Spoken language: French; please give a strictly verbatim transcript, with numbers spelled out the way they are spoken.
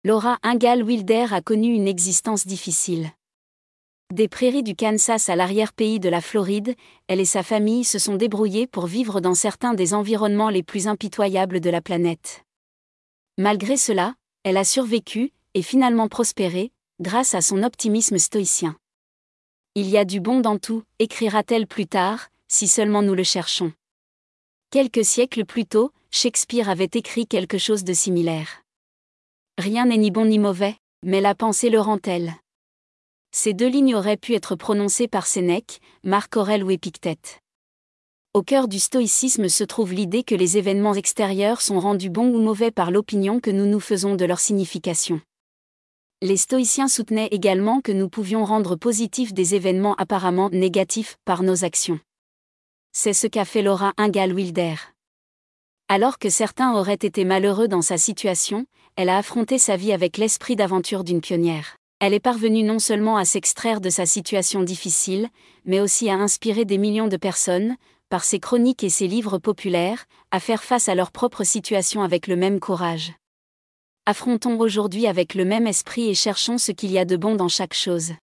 Laura Ingalls Wilder a connu une existence difficile. Des prairies du Kansas à l'arrière-pays de la Floride, elle et sa famille se sont débrouillées pour vivre dans certains des environnements les plus impitoyables de la planète. Malgré cela, elle a survécu, et finalement prospéré, grâce à son optimisme stoïcien. Il y a du bon dans tout, écrira-t-elle plus tard, si seulement nous le cherchons. Quelques siècles plus tôt, Shakespeare avait écrit quelque chose de similaire. Rien n'est ni bon ni mauvais, mais la pensée le rend-elle. Ces deux lignes auraient pu être prononcées par Sénèque, Marc Aurèle ou Épictète. Au cœur du stoïcisme se trouve l'idée que les événements extérieurs sont rendus bons ou mauvais par l'opinion que nous nous faisons de leur signification. Les stoïciens soutenaient également que nous pouvions rendre positifs des événements apparemment négatifs par nos actions. C'est ce qu'a fait Laura Ingalls Wilder. Alors que certains auraient été malheureux dans sa situation, elle a affronté sa vie avec l'esprit d'aventure d'une pionnière. Elle est parvenue non seulement à s'extraire de sa situation difficile, mais aussi à inspirer des millions de personnes, par ses chroniques et ses livres populaires, à faire face à leur propre situation avec le même courage. Affrontons aujourd'hui avec le même esprit et cherchons ce qu'il y a de bon dans chaque chose.